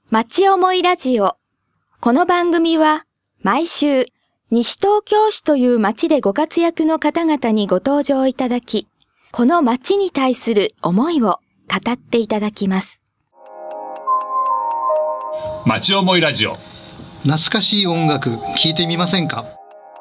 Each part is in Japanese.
町思いラジオ。この番組は毎週西東京市という町でご活躍の方々にご登場いただき、この町に対する思いを語っていただきます。 町思いラジオ。 懐かしい音楽聴いてみませんか？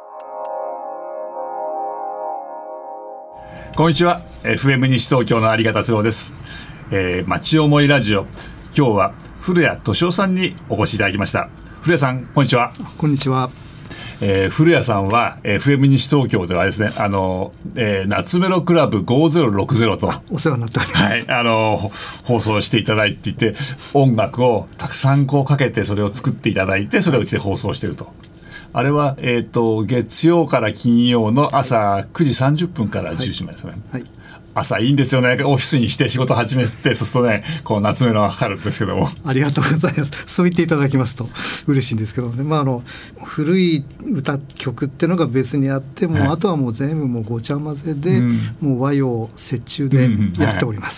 こんにちは。 FM 西東京の有賀達郎です。町思いラジオ、今日は古谷敏夫さんにお越しいただきました。古谷さん、こんにちは。 こんにちは。 古谷さんは FM 西東京ではですね、夏メロクラブ5060とお世話になっております。 はい、放送していただいていて、音楽をたくさんかけてそれを作っていただいて、それをうちで放送していると。あれは、月曜から金曜の朝9時30分から10時までですね。はいはい、朝いいんですよね。オフィスに来て仕事始めて、そうするとね、こう夏メロがかかるんですけども。 ありがとうございます。そう言っていただきますと嬉しいんですけどね。古い曲っていうのが別にあって、もうあとはもう全部もうごちゃ混ぜで、もう和洋折衷でやっております。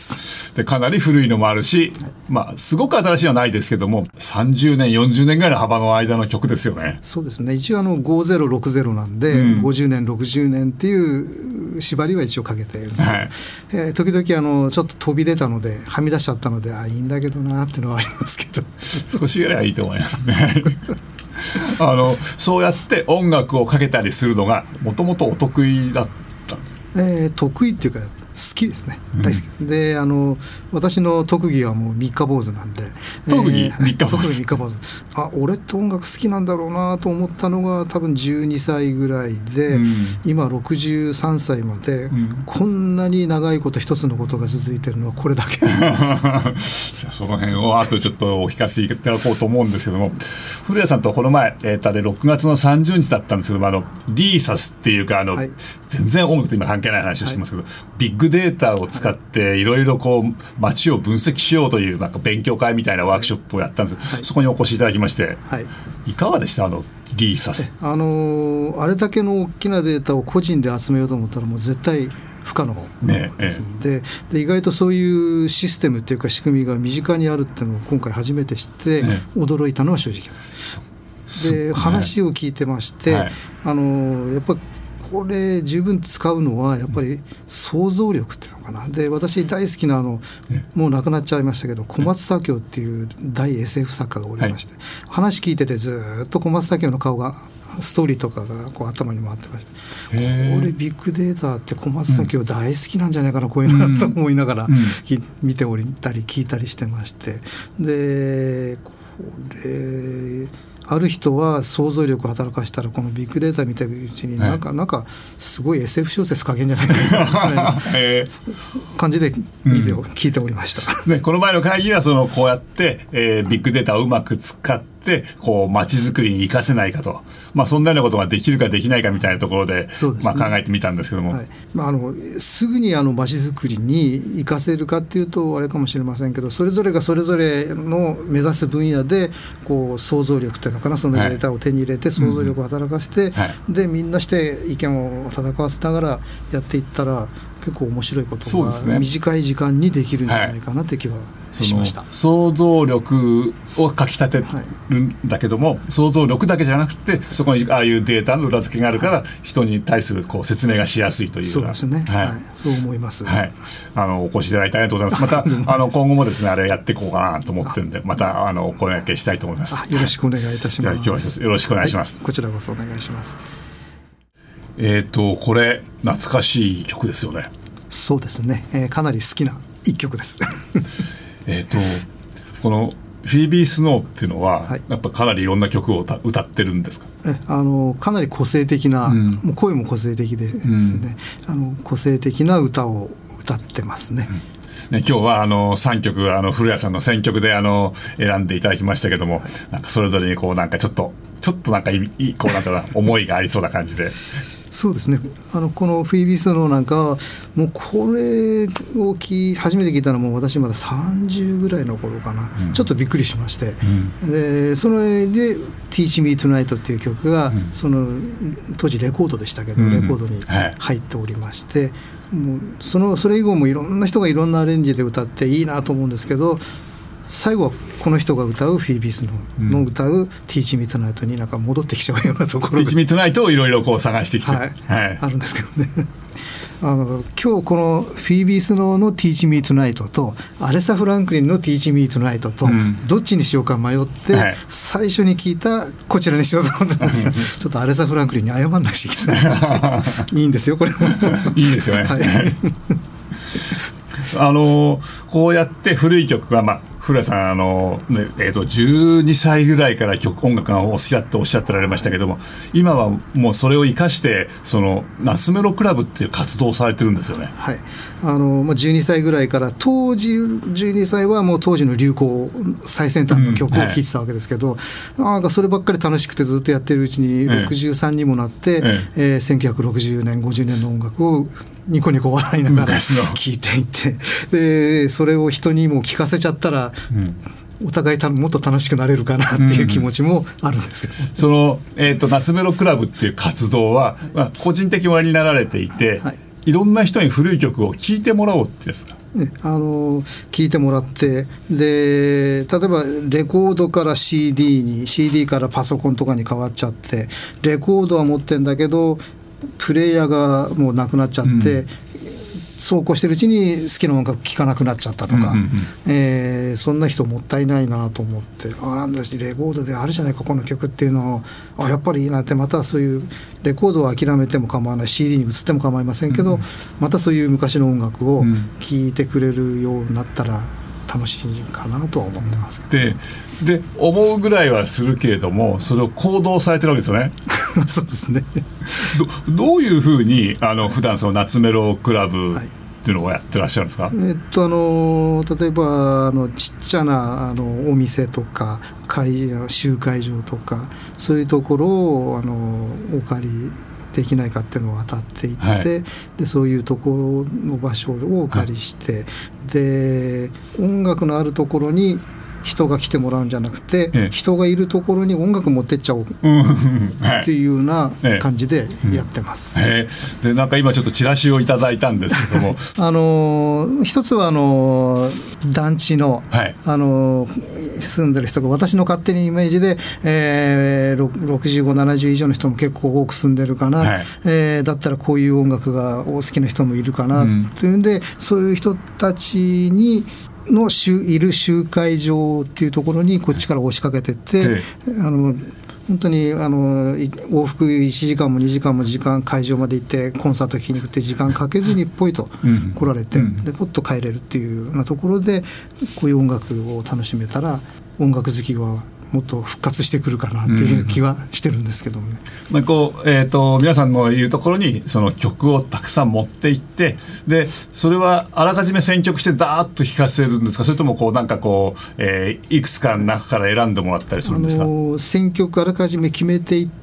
でかなり古いのもあるし、すごく新しいのはないですけども、30年40年ぐらいの幅の間の曲ですよね。 そうですね。一応5060なんで、50年60年っていう縛りは一応かけているんですけど、時々ちょっと飛び出たのではみ出しちゃったので、いいんだけどなっていうのはありますけど少しぐらいはいいと思いますねそうやって音楽をかけたりするのがもともとお得意だったんです。 得意っていうか好きですね。大好き、で私の特技はもう三日坊主なんで。 特技三日坊主。 三日坊主。俺って音楽好きなんだろうなと思ったのが多分12歳ぐらいで、今63歳まで、こんなに長いこと一つのことが続いてるのはこれだけです。 じゃあその辺を後でちょっとお聞かせいただこうと思うんですけども、古谷さんとこの前、6月の30日だったんですけども、リーサスっていうか全然音楽と今関係ない話をしてますけど、ビッグデータを使っていろいろ街を分析しようという勉強会みたいなワークショップをやったんです、そこにお越しいただきまして、いかがでした？リーサス。 あれだけの大きなデータを個人で集めようと思ったらもう絶対不可能ですので、意外とそういうシステムっていうか仕組みが身近にあるっていうのを今回初めて知って驚いたのは正直で、話を聞いてまして、やっぱりこれ十分使うのはやっぱり想像力っていうのかな。で、私大好きなもう亡くなっちゃいましたけど、小松左京っていう大 SF 作家がおりまして、話聞いててずっと小松左京の顔がストーリーとかが頭に回ってまして、これビッグデータって小松左京大好きなんじゃないかな、こういうのと思いながら、見ておりたり聞いたりしてまして、でこれある人は想像力を働かしたらこのビッグデータ見てるうちになんかすごい SF 小説書けんじゃないかな感じで聞いておりました、 この前の会議はこうやって、ビッグデータをうまく使って街づくりに生かせないかと、そんなようなことができるかできないかみたいなところで、考えてみたんですけども、 すぐに街づくりに生かせるかっていうとあれかもしれませんけど、それぞれがそれぞれの目指す分野で想像力というのかな、そのデータを手に入れて想像力を働かせて、でみんなして意見を戦わせながらやっていったら結構面白いことが短い時間にできるんじゃないかなって気はしました。 想像力をかきたてるんだけども、想像力だけじゃなくてそこにああいうデータの裏付けがあるから、人に対する説明がしやすいという。 そうですね、そう思います、 お越しいただいてありがとうございます。また今後もですね、あれやっていこうかなと思ってるんで、またお声掛けしたいと思います。 よろしくお願いいたします。 じゃあ今日はよろしくお願いします。 こちらこそお願いします。 これ懐かしい曲ですよね。 そうですね、かなり好きな一曲ですこのフィービー・スノーっていうのは、やっぱかなりいろんな曲を歌ってるんですか？ かなり個性的な、もう声も個性的でですね、個性的な歌を歌ってますね。 今日は3曲古谷さんの選曲で選んでいただきましたけども、それぞれにちょっと思いがありそうな感じでそうですね、このフィービー・スノーなんかはもうこれを初めて聞いたのはもう私まだ30ぐらいの頃かな、ちょっとびっくりしまして、でそれで Teach Me Tonight っていう曲が、その当時レコードでしたけど、レコードに入っておりまして、もうそれ以後もいろんな人がいろんなアレンジで歌っていいなと思うんですけど、 最後はこの人が歌うフィービースの歌うTeach Me Tonightになんか戻ってきちゃうようなところで Teach Me Tonightをいろいろこう探してきて、 はいはい、あるんですけどね今日このフィービースの Teach Me Tonight とアレサ・フランクリンの Teach Me Tonight とどっちにしようか迷って、はい、最初に聞いたこちらにしようと思ったんですちょっとアレサ・フランクリンに謝らなきゃいけないんですけどいいんですよこれもいいですよね、はいこうやって古い曲は、古谷さん12歳ぐらいから音楽がお好きだっておっしゃってられましたけども、今はもうそれを生かして夏メロクラブっていう活動をされてるんですよね。 はい、12歳ぐらいから当時12歳はもう当時の流行最先端の曲を聴いてたわけですけど、なんかそればっかり楽しくてずっとやってるうちに63にもなって、1960年50年の音楽をニコニコ笑いながら聴いていて、でそれを人にも聴かせちゃったら、お互いもっと楽しくなれるかなっていう気持ちもあるんですけど、 夏メロクラブっていう活動は、個人的におやりになられていて、はい、いろんな人に古い曲を聴いてもらおうってですか。 聴いてもらって、で例えばレコードから CD からパソコンとかに変わっちゃって、レコードは持ってんだけどプレイヤーがもうなくなっちゃって、そうこうしてるうちに好きな音楽聴かなくなっちゃったとか、そんな人もったいないなと思って、なんだしレコードであるじゃないかこの曲っていうのをやっぱりいいなって、またそういうレコードを諦めても構わない、 CD に移っても構いませんけど、またそういう昔の音楽を聴いてくれるようになったら楽しいかなとは思ってますけど、 で思うぐらいはするけれども、それを行動されてるわけですよねそうですねどういうふうに普段その夏メロクラブっていうのをやってらっしゃるんですか。 例えばちっちゃなお店とか集会場とかそういうところをお借りできないかっていうのを当たっていって、はい、でそういうところの場所をお借りして、はい、で音楽のあるところに人が来てもらうんじゃなくて、人がいるところに音楽持ってっちゃおうっていうような感じでやってます。 でなんか今ちょっとチラシをいただいたんですけども一つは団地の、はい、住んでる人が私の勝手にイメージで、65、70以上の人も結構多く住んでるかな、はい、だったらこういう音楽がお好きな人もいるかなっていうんで、そういう人たちにいる集会場っていうところにこっちから押しかけてって、本当に往復1時間も2時間も会場まで行ってコンサート聴きに行くって時間かけずにポイと来られて、でポッと帰れるっていうようなところでこういう音楽を楽しめたら音楽好きはもっと復活してくるかなっていう気はしてるんですけどもね。 皆さんの言うところにその曲をたくさん持っていって、でそれはあらかじめ選曲してダーッと聴かせるんですか、それともいくつかの中から選んでもらったりするんですか。 選曲あらかじめ決めていって、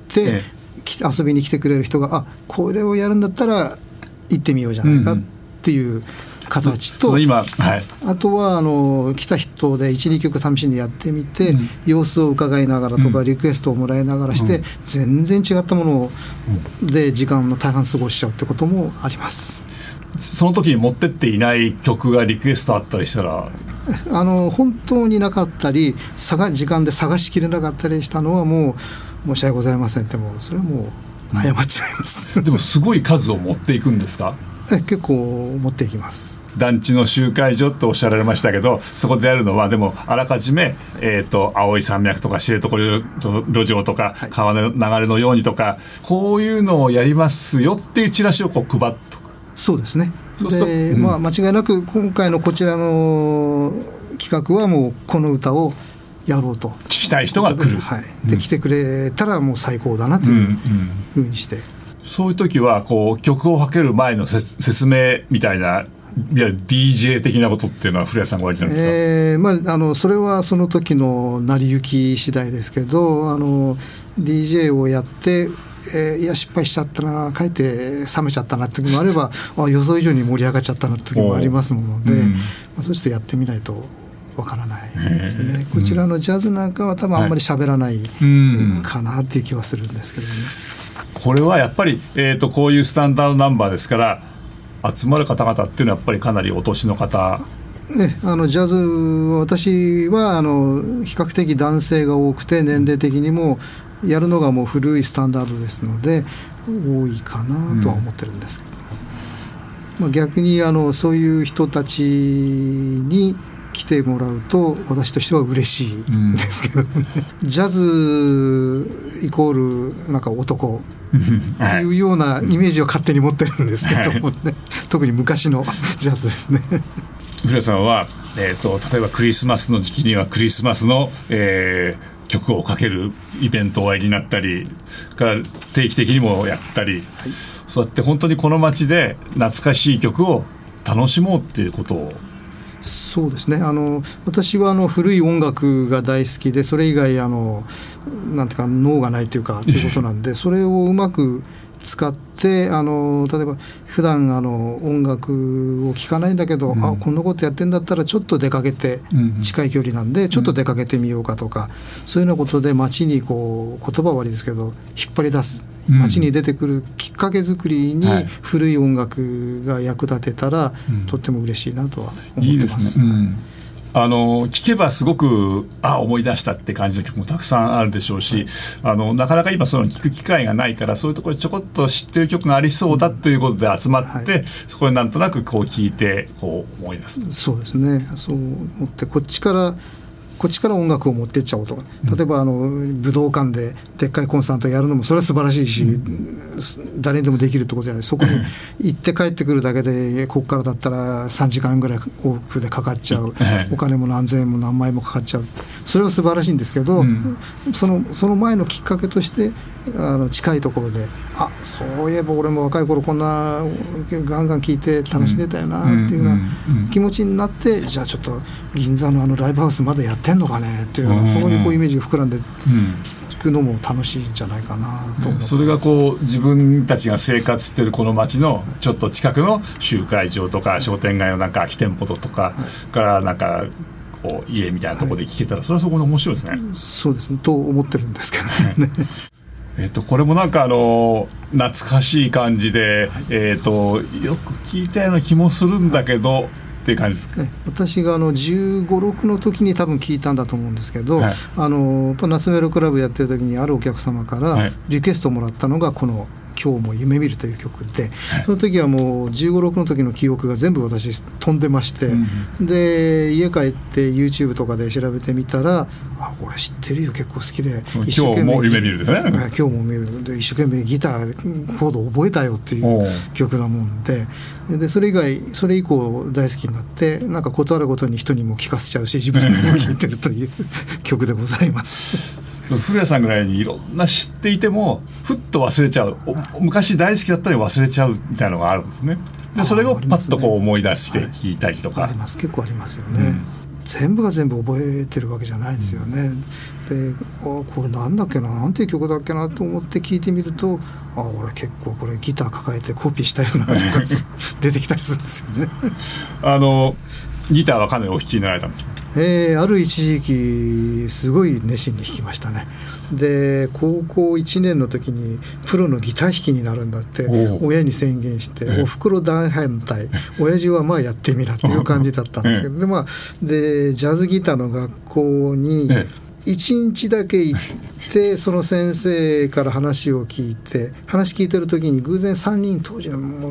遊びに来てくれる人がこれをやるんだったら行ってみようじゃないかっていう形と、 今、はい、 あとは来た人で 1,2 曲試しにやってみて、様子を伺いながらとか、リクエストをもらいながらして、全然違ったもので時間の大半過ごしちゃうってこともあります。 その時に持ってっていない曲がリクエストあったりしたら本当になかったり時間で探しきれなかったりしたのはもう申し訳ございませんって、もうそれはもう謝っちゃいます、 でもすごい数を持っていくんですか。 結構持っていきます。 団地の集会所とおっしゃられましたけど、そこでやるのはでもあらかじめ、青い山脈とか知床路上とか、川の流れのようにとか、こういうのをやりますよっていうチラシを配っておく。 そうですね。で、間違いなく今回のこちらの企画はもうこの歌をやろうと聞きたい人が来る、 はい、で来てくれたらもう最高だなというふうにして、 そういう時は曲をかける前の説明みたいな、いわゆる DJ 的なことっていうのは古谷さんご覧になるんですか。 それはその時の成り行き次第ですけど、DJ をやっていや失敗しちゃったな、かえって冷めちゃったなって時もあれば予想以上に盛り上がっちゃったなって時もありますもので、そうしてやってみないとわからないですね。こちらのジャズなんかは多分あんまり喋らないかなっていう気はするんですけどね。 これはやっぱり、こういうスタンダードナンバーですから集まる方々っていうのはやっぱりかなりお年の方ジャズは私は比較的男性が多くて、年齢的にもやるのがもう古いスタンダードですので多いかなとは思ってるんですけど、逆にそういう人たちに来てもらうと私としては嬉しいんですけどね、ジャズイコールなんか男っていうようなイメージを勝手に持ってるんですけどもね、特に昔のジャズですね。 古谷さんは、例えばクリスマスの時期にはクリスマスの、曲をかけるイベントをおやりになったりから定期的にもやったり、そうやって本当にこの街で懐かしい曲を楽しもうっていうことを。 そうですね、私は古い音楽が大好きで、それ以外なんていうか脳がないというかということなんでそれをうまく使って例えば普段音楽を聴かないんだけど、こんなことやってんだったらちょっと出かけて、近い距離なんでちょっと出かけてみようかとか、そういうようなことで街にこう言葉は悪いですけど引っ張り出す、街に出てくるきっかけ作りに古い音楽が役立てたら、とっても嬉しいなとは思ってます。いいですね。 聞けばすごく思い出したって感じの曲もたくさんあるでしょうし、なかなか今その聞く機会がないから、そういうところでちょこっと知ってる曲がありそうだということで集まって、そこでなんとなくこう聞いてこう思い出す。 そうですね、そう思ってこっちから音楽を持っていっちゃおうとか、例えば武道館ででっかいコンサートやるのもそれは素晴らしいし、誰にでもできるってことじゃない。そこに行って帰ってくるだけでここからだったら3時間ぐらい往復でかかっちゃう、お金も何千円も何万円もかかっちゃう、それは素晴らしいんですけど、その前のきっかけとして近いところでそういえば俺も若い頃こんなガンガン聴いて楽しんでたよなっていうような気持ちになって、じゃあちょっと銀座のライブハウスまだやってんのかねっていうような、そこにこうイメージが膨らんでいくのも楽しいんじゃないかなと思ってます。 それがこう自分たちが生活しているこの街のちょっと近くの集会場とか商店街のなんか空き店舗とかからなんかこう家みたいなところで聴けたら、それはそこで面白いですね。 そうですねと思ってるんですけどね。 これもなんか懐かしい感じで、よく聞いたような気もするんだけどっていう感じですか。 私が15、6の時に多分聞いたんだと思うんですけど、夏メロクラブやってる時にあるお客様からリクエストをもらったのがこの今日も夢見るという曲で、その時はもう15、6の時の記憶が全部私飛んでまして、で家帰って YouTube とかで調べてみたら、俺知ってるよ、結構好きで今日も夢見るでね、 今日も夢見るで一生懸命ギターコード覚えたよっていう曲なもんで、それ以降大好きになって、なんか事あるごとに人にも聴かせちゃうし自分にも聴いてるという曲でございます。 古谷さんぐらいにいろんな知っていてもふっと忘れちゃう、昔大好きだったり忘れちゃうみたいなのがあるんですね。でそれをパッとこう思い出して聞いたりとか、 結構ありますよね。全部が全部覚えてるわけじゃないですよね。でこれなんだっけな、なんていう曲だっけなと思って聞いてみると、俺結構これギター抱えてコピーしたようなとか出てきたりするんですよね。 ギターはかなりお弾きになられたんですか。 ある一時期すごい熱心に弾きましたね。で高校1年の時にプロのギター弾きになるんだって親に宣言して、おふくろ大反対、親父はまあやってみなっていう感じだったんですけど、でジャズギターの学校に1日だけ行ってその先生から話聞いてる時に偶然3人、当時はもう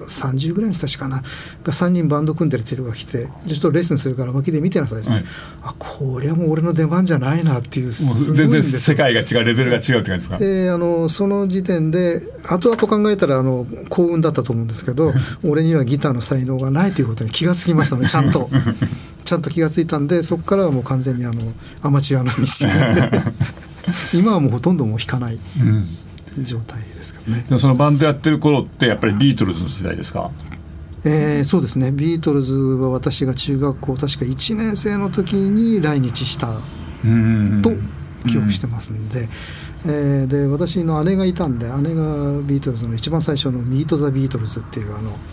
30ぐらいの人たちかなが3人バンド組んでるっていうのが来て、ちょっとレッスンするから脇で見てなさいですね、これはもう俺の出番じゃないなっていう、 全然世界が違う、レベルが違うって感じですか。 でその時点で後々考えたら幸運だったと思うんですけど俺にはギターの才能がないということに気がつきましたね。ちゃんと気がついたんで、そこからはもう完全にアマチュアの道今はもうほとんどもう弾かない、状態ですからね。 でもそのバンドやってる頃ってやっぱりビートルズの時代ですか。 そうですね、ビートルズは私が中学校確か1年生の時に来日したと記憶してますんで、で私の姉がいたんで、姉がビートルズの一番最初のミート・ザ・ビートルズっていう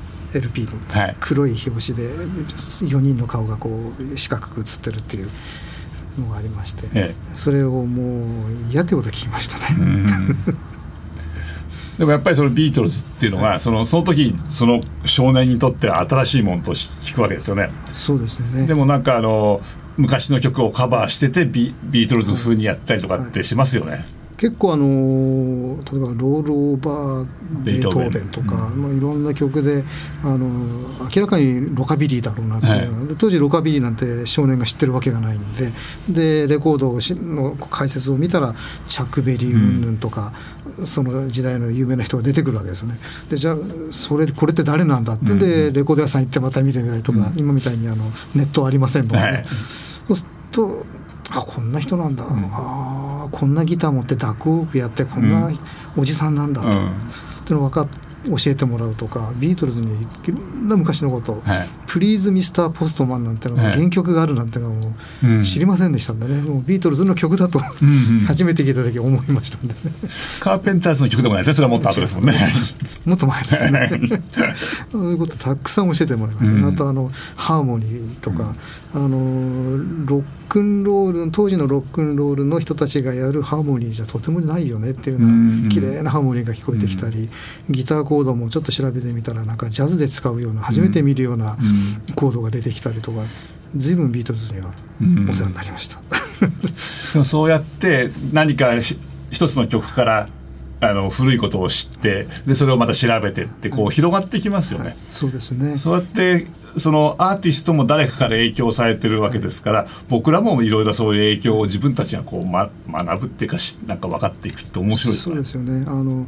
LP の黒い表紙で4人の顔がこう四角く写ってるっていうのがありまして、それをもう嫌ってこと聞きましたね。 でもやっぱりそのビートルズっていうのが、その時その少年にとっては新しいものと聞くわけですよね。 そうですね。 でもなんか昔の曲をカバーしててビートルズ風にやったりとかってしますよね。 結構例えばロールオーバーベートーベンとか、いろんな曲で明らかにロカビリーだろうなっていうので、当時ロカビリーなんて少年が知ってるわけがないんで、レコードの解説を見たらチャック・ベリー云々とか、その時代の有名な人が出てくるわけですね。でじゃあこれって誰なんだってんで、レコード屋さん行ってまた見てみたりとか、今みたいにネットありませんので、ね、そうするとこんな人なんだ、こんなギター持ってダックウォークやってこんなおじさんなんだと、っていうのを教えてもらうとか、ビートルズにいろんな昔のこと、プリーズミスターポストマンなんてのが原曲があるなんてのも知りませんでしたんでね、もうビートルズの曲だと初めて聞いた時思いましたんでね。 カーペンターズの曲でもないですね。それはもっと後ですもんね。 もっと前ですね。そういうことたくさん教えてもらいました、ね。あとハーモニーとか、ロックンロール、当時のロックンロールの人たちがやるハーモニーじゃとてもないよねっていうような綺麗なハーモニーが聞こえてきたり、ギターコードもちょっと調べてみたらなんかジャズで使うような初めて見るようなコードが出てきたりとか、随分ビートルズにはお世話になりました。 でもそうやって何か一つの曲から古いことを知ってでそれをまた調べてって広がってきますよね。 そうですね。 そうやってそのアーティストも誰かから影響されてるわけですから、僕らもいろいろそういう影響を自分たちが学ぶっていうかなんか分かっていくって面白いですね。 そうですよね。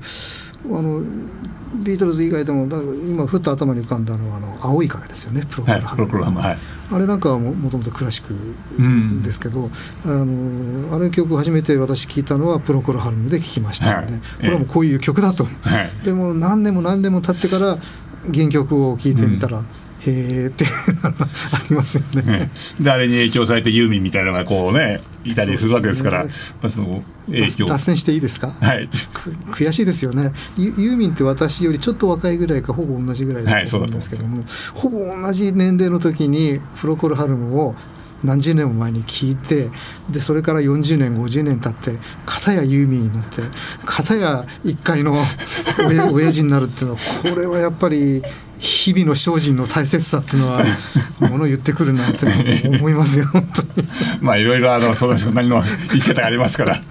ビートルズ以外でも今ふっと頭に浮かんだのは青い影ですよね。プロクロハム、あれなんかはもともとクラシックですけど、あれ曲初めて私聞いたのはプロクロハルムで聞きましたので、これはもうこういう曲だと、でも何年も経ってから原曲を聴いてみたら、へーってありますよね。 であれに影響されてユーミンみたいなのがいたりするわけですから、その影響。 脱線していいですか。悔しいですよね。ユーミンって私よりちょっと若いぐらいかほぼ同じぐらいだと思うんですけども、ほぼ同じ年齢の時にプロクロハルムを何十年も前に聞いて、でそれから40年50年経って片やユーミンになって片や一回の親父になるっていうのは、これはやっぱり日々の精進の大切さっていうのはものを言ってくるなって思いますよ本当に。 いろいろその人なりの生き方がありますから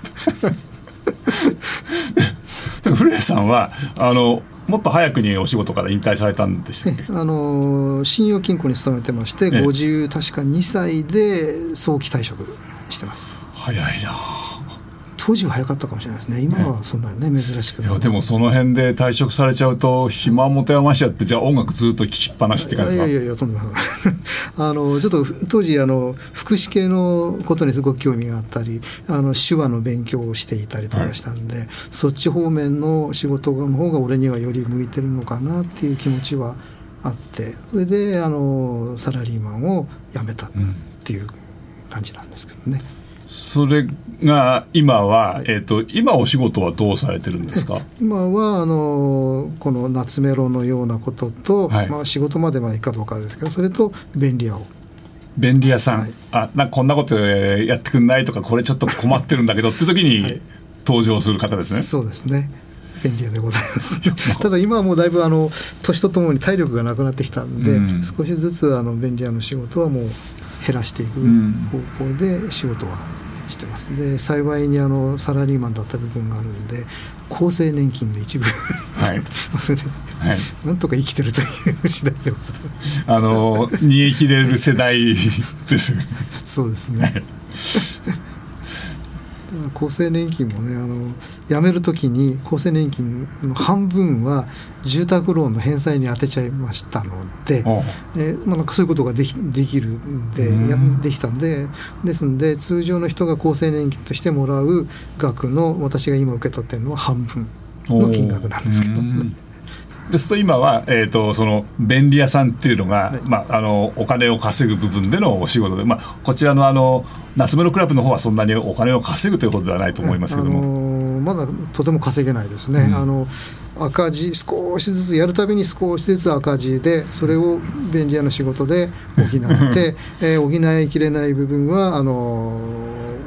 でも古谷さんはもっと早くにお仕事から引退されたんでしたっけ。 信用金庫に勤めてまして、50確か2歳で早期退職してます。 早いな。 当時は早かったかもしれないですね。今はそんな珍しくない。 いやでもその辺で退職されちゃうと暇持て余しちゃって、じゃあ音楽ずっと聴きっぱなしって感じですか。 いやとんでもないちょっと当時福祉系のことにすごく興味があったり、手話の勉強をしていたりとかしたんで、そっち方面の仕事の方が俺にはより向いてるのかなっていう気持ちはあって、それでサラリーマンを辞めたっていう感じなんですけどね。 それが今は、今お仕事はどうされてるんですか。 今はこの夏メロのようなことと、仕事まではいいかどうかですけど、それと便利屋さん、 なんかこんなことやってくんないとか、これちょっと困ってるんだけどって時に登場する方ですね。 そうですね。便利屋でございますただ今はもうだいぶ年とともに体力がなくなってきたんで、少しずつ便利屋の仕事はもう減らしていく方向で仕事はしてます。で幸いにサラリーマンだった部分があるんで、厚生年金の一部それで、なんとか生きてるという次第でございます。 煮え切れる世代ですそうですね厚生年金もね、辞めるときに厚生年金の半分は住宅ローンの返済に充てちゃいましたので、なんかそういうことができるんで、できたんで、ですんで通常の人が厚生年金としてもらう額の私が今受け取っているのは半分の金額なんですけど、 ですと今は、その便利屋さんっていうのが、お金を稼ぐ部分でのお仕事で、こちらの夏メロクラブの方はそんなにお金を稼ぐということではないと思いますけども、 まだとても稼げないですね。赤字少しずつやるたびに少しずつ赤字で、それを便利屋の仕事で補って補いきれない部分は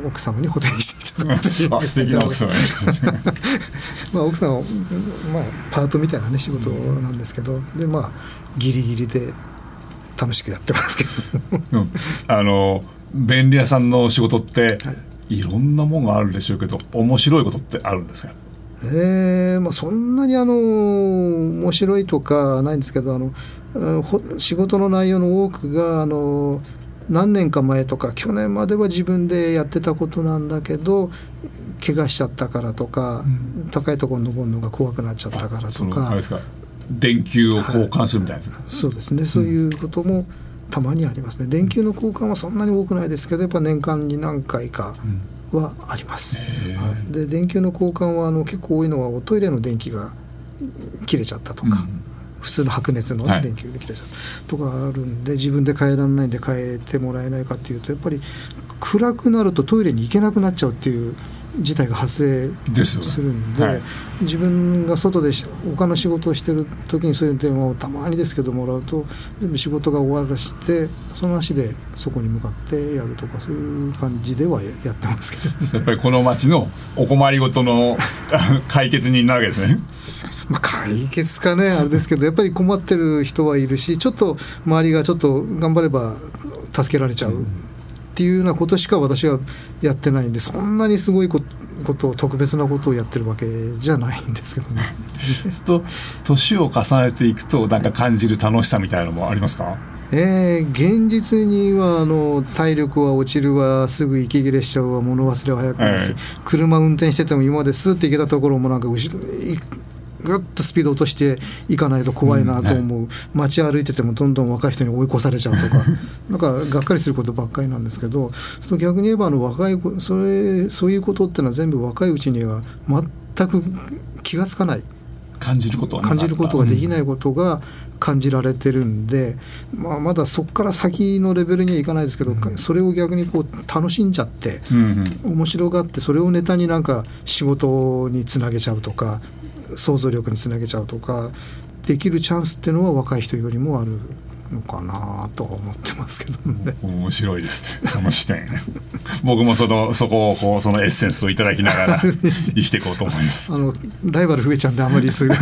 奥様に補填していただくという素敵な奥様奥さんは、パートみたいなね仕事なんですけど、でギリギリで楽しくやってますけど便利屋さんの仕事って、いろんなものがあるでしょうけど、面白いことってあるんですか？ そんなに面白いとかないんですけど、仕事の内容の多くが何年か前とか去年までは自分でやってたことなんだけど、怪我しちゃったからとか、高いところに登るのが怖くなっちゃったからとか、 電球を交換するみたいな、 そうですね、そういうこともたまにありますね。電球の交換はそんなに多くないですけど、やっぱ年間に何回かはあります。で電球の交換は結構多いのは、おトイレの電気が切れちゃったとか、普通の白熱の電球で切れちゃったとかあるんで、自分で変えられないんで変えてもらえないかっていうと、やっぱり暗くなるとトイレに行けなくなっちゃうっていう事態が発生するんで、自分が外で他の仕事をしてる時にそういう電話をたまにですけどもらうと、全部仕事が終わらしてその足でそこに向かってやるとか、そういう感じではやってますけど、 やっぱりこの町のお困りごとの解決人なわけですね。 解決かねあれですけど、やっぱり困ってる人はいるし、ちょっと周りがちょっと頑張れば助けられちゃうっていうようなことしか私はやってないんで、そんなにすごいこと特別なことをやってるわけじゃないんですけどね。 年を重ねていくとなんか感じる楽しさみたいなのもありますか？ 現実には体力は落ちるわ、すぐ息切れしちゃうわ、物忘れは早くなるし、車運転してても今までスーッと行けたところもなんか後ろぐっとスピード落としていかないと怖いなと思う、街歩いててもどんどん若い人に追い越されちゃうとかなんかがっかりすることばっかりなんですけど、逆に言えばそういうことってのは全部若いうちには全く気がつかない、感じることができないことが感じられてるんで、まだそこから先のレベルにはいかないですけど、それを逆に楽しんじゃって、面白がって、それをネタになんか仕事につなげちゃうとか、想像力につなげちゃうとかできるチャンスっていうのは若い人よりもあるのかなとは思ってますけどね。 面白いですね、その視点僕もそこをそのエッセンスをいただきながら生きていこうと思いますライバル増えちゃうんであんまりすぐ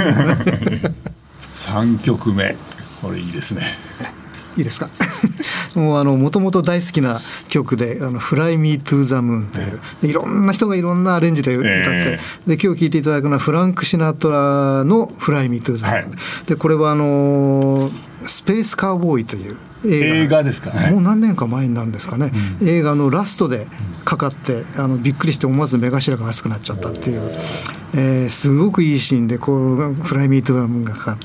3曲目、これいいですね。 いいですかもともと大好きな曲でFly Me to the Moon という、いろんな人がいろんなアレンジで歌って、で今日聴いていただくのはフランク・シナトラのFly Me to the Moon、でこれはスペースカウボーイという映画ですかね。 もう何年か前になるんですかね、映画のラストでかかってびっくりして思わず目頭が熱くなっちゃったっていう、すごくいいシーンでFly Me to the Moonがかかって、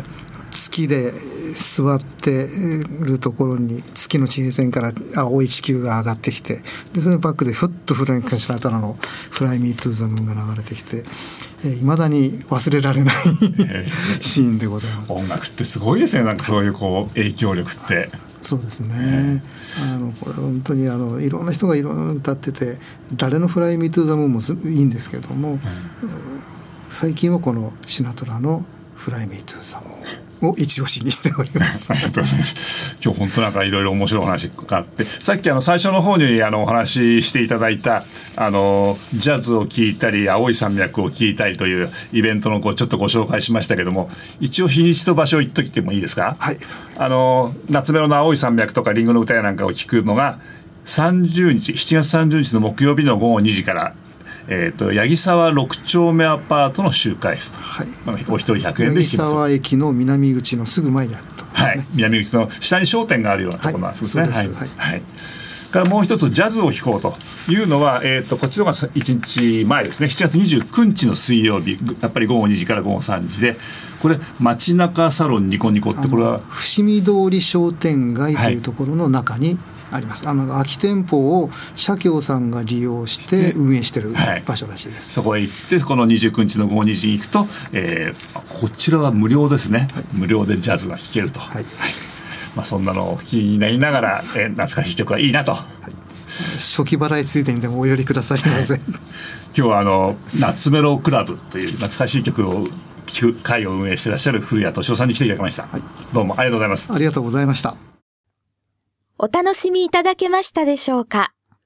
月で座ってるところに月の地平線から青い地球が上がってきて、でそのバックでふっとフランク・シナトラのフライ・ミー・トゥ・ザ・ムーンが流れてきて、いまだに忘れられないシーンでございます。 音楽ってすごいですね、なんかそういう影響力って。 そうですね、これ本当にいろんな人がいろんな歌ってて、誰のフライ・ミー・トゥ・ザ・ムーンもいいんですけども、最近はこのシナトラのフライ・ミー・トゥ・ザ・ムーンを一押しにしておりますありがとうございます。今日本当なんかいろいろ面白い話があって、さっき最初の方にお話ししていただいたジャズを聴いたり青い山脈を聴いたりというイベントのちょっとご紹介しましたけども、一応日にちと場所を言っといてもいいですか？夏メロの青い山脈とかリンゴの歌やなんかを聴くのが7月30日の木曜日の午後2時から八木沢6丁目アパートの集会室と、お一人100円で行きます。 八木沢駅の南口のすぐ前にあるところですね。南口の下に商店があるようなところなんですね。からもう一つジャズを弾こうというのは、こっちのが1日前ですね、7月29日の水曜日、やっぱり午後2時から午後3時で、これ街中サロンニコニコって、これは伏見通り商店街というところの中にあります。空き店舗を社協さんが利用して運営している場所らしいです。 そこへ行って、この29日の午後2時に行くと、こちらは無料ですね、無料でジャズが弾けると、そんなのを気になりながら、懐かしい曲はいいなと、 初期払いついでにでもお寄りくださいませ。 今日は夏メロクラブという懐かしい曲を聴く会を運営していらっしゃる古谷敏夫さんに来ていただきました。どうもありがとうございます。 ありがとうございました。 お楽しみいただけましたでしょうか？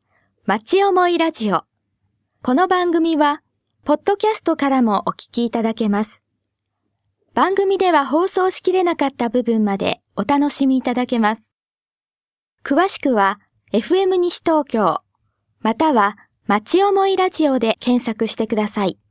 町思いラジオ。この番組は、ポッドキャストからもお聞きいただけます。番組では放送しきれなかった部分までお楽しみいただけます。詳しくは、FM 西東京、または、町思いラジオで検索してください。